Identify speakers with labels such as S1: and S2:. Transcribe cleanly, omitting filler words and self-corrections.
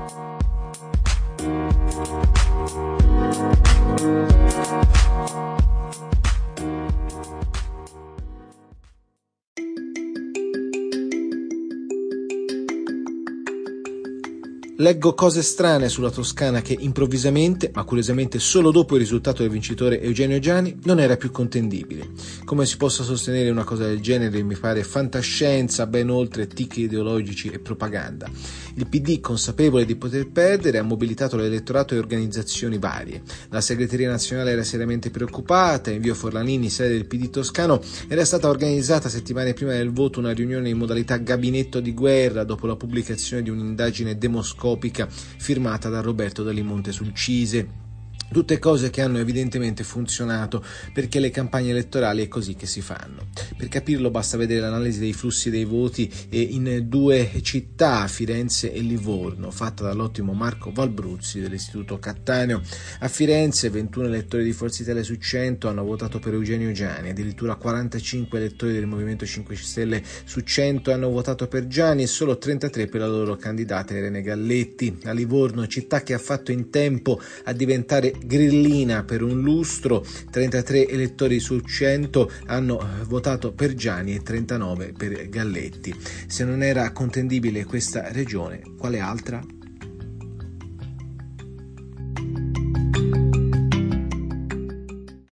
S1: Leggo cose strane sulla Toscana che improvvisamente, ma curiosamente solo dopo il risultato del vincitore Eugenio Giani, non era più contendibile. Come si possa sostenere una cosa del genere mi pare fantascienza, ben oltre tic ideologici e propaganda. Il PD, consapevole di poter perdere, ha mobilitato l'elettorato e organizzazioni varie. La segreteria nazionale era seriamente preoccupata, in via Forlanini, sede del PD toscano, era stata organizzata settimane prima del voto una riunione in modalità gabinetto di guerra dopo la pubblicazione di un'indagine demoscopica firmata da Roberto Dalimonte sul CISE. Tutte cose che hanno evidentemente funzionato, perché le campagne elettorali è così che si fanno. Per capirlo basta vedere l'analisi dei flussi dei voti in due città, Firenze e Livorno, fatta dall'ottimo Marco Valbruzzi dell'Istituto Cattaneo. A Firenze 21 elettori di Forza Italia su 100 hanno votato per Eugenio Giani, addirittura 45 elettori del Movimento 5 Stelle su 100 hanno votato per Giani e solo 33 per la loro candidata Irene Galletti. A Livorno, città che ha fatto in tempo a diventare grillina per un lustro, 33 elettori su 100 hanno votato per Giani e 39 per Galletti. Se non era contendibile questa regione, quale altra?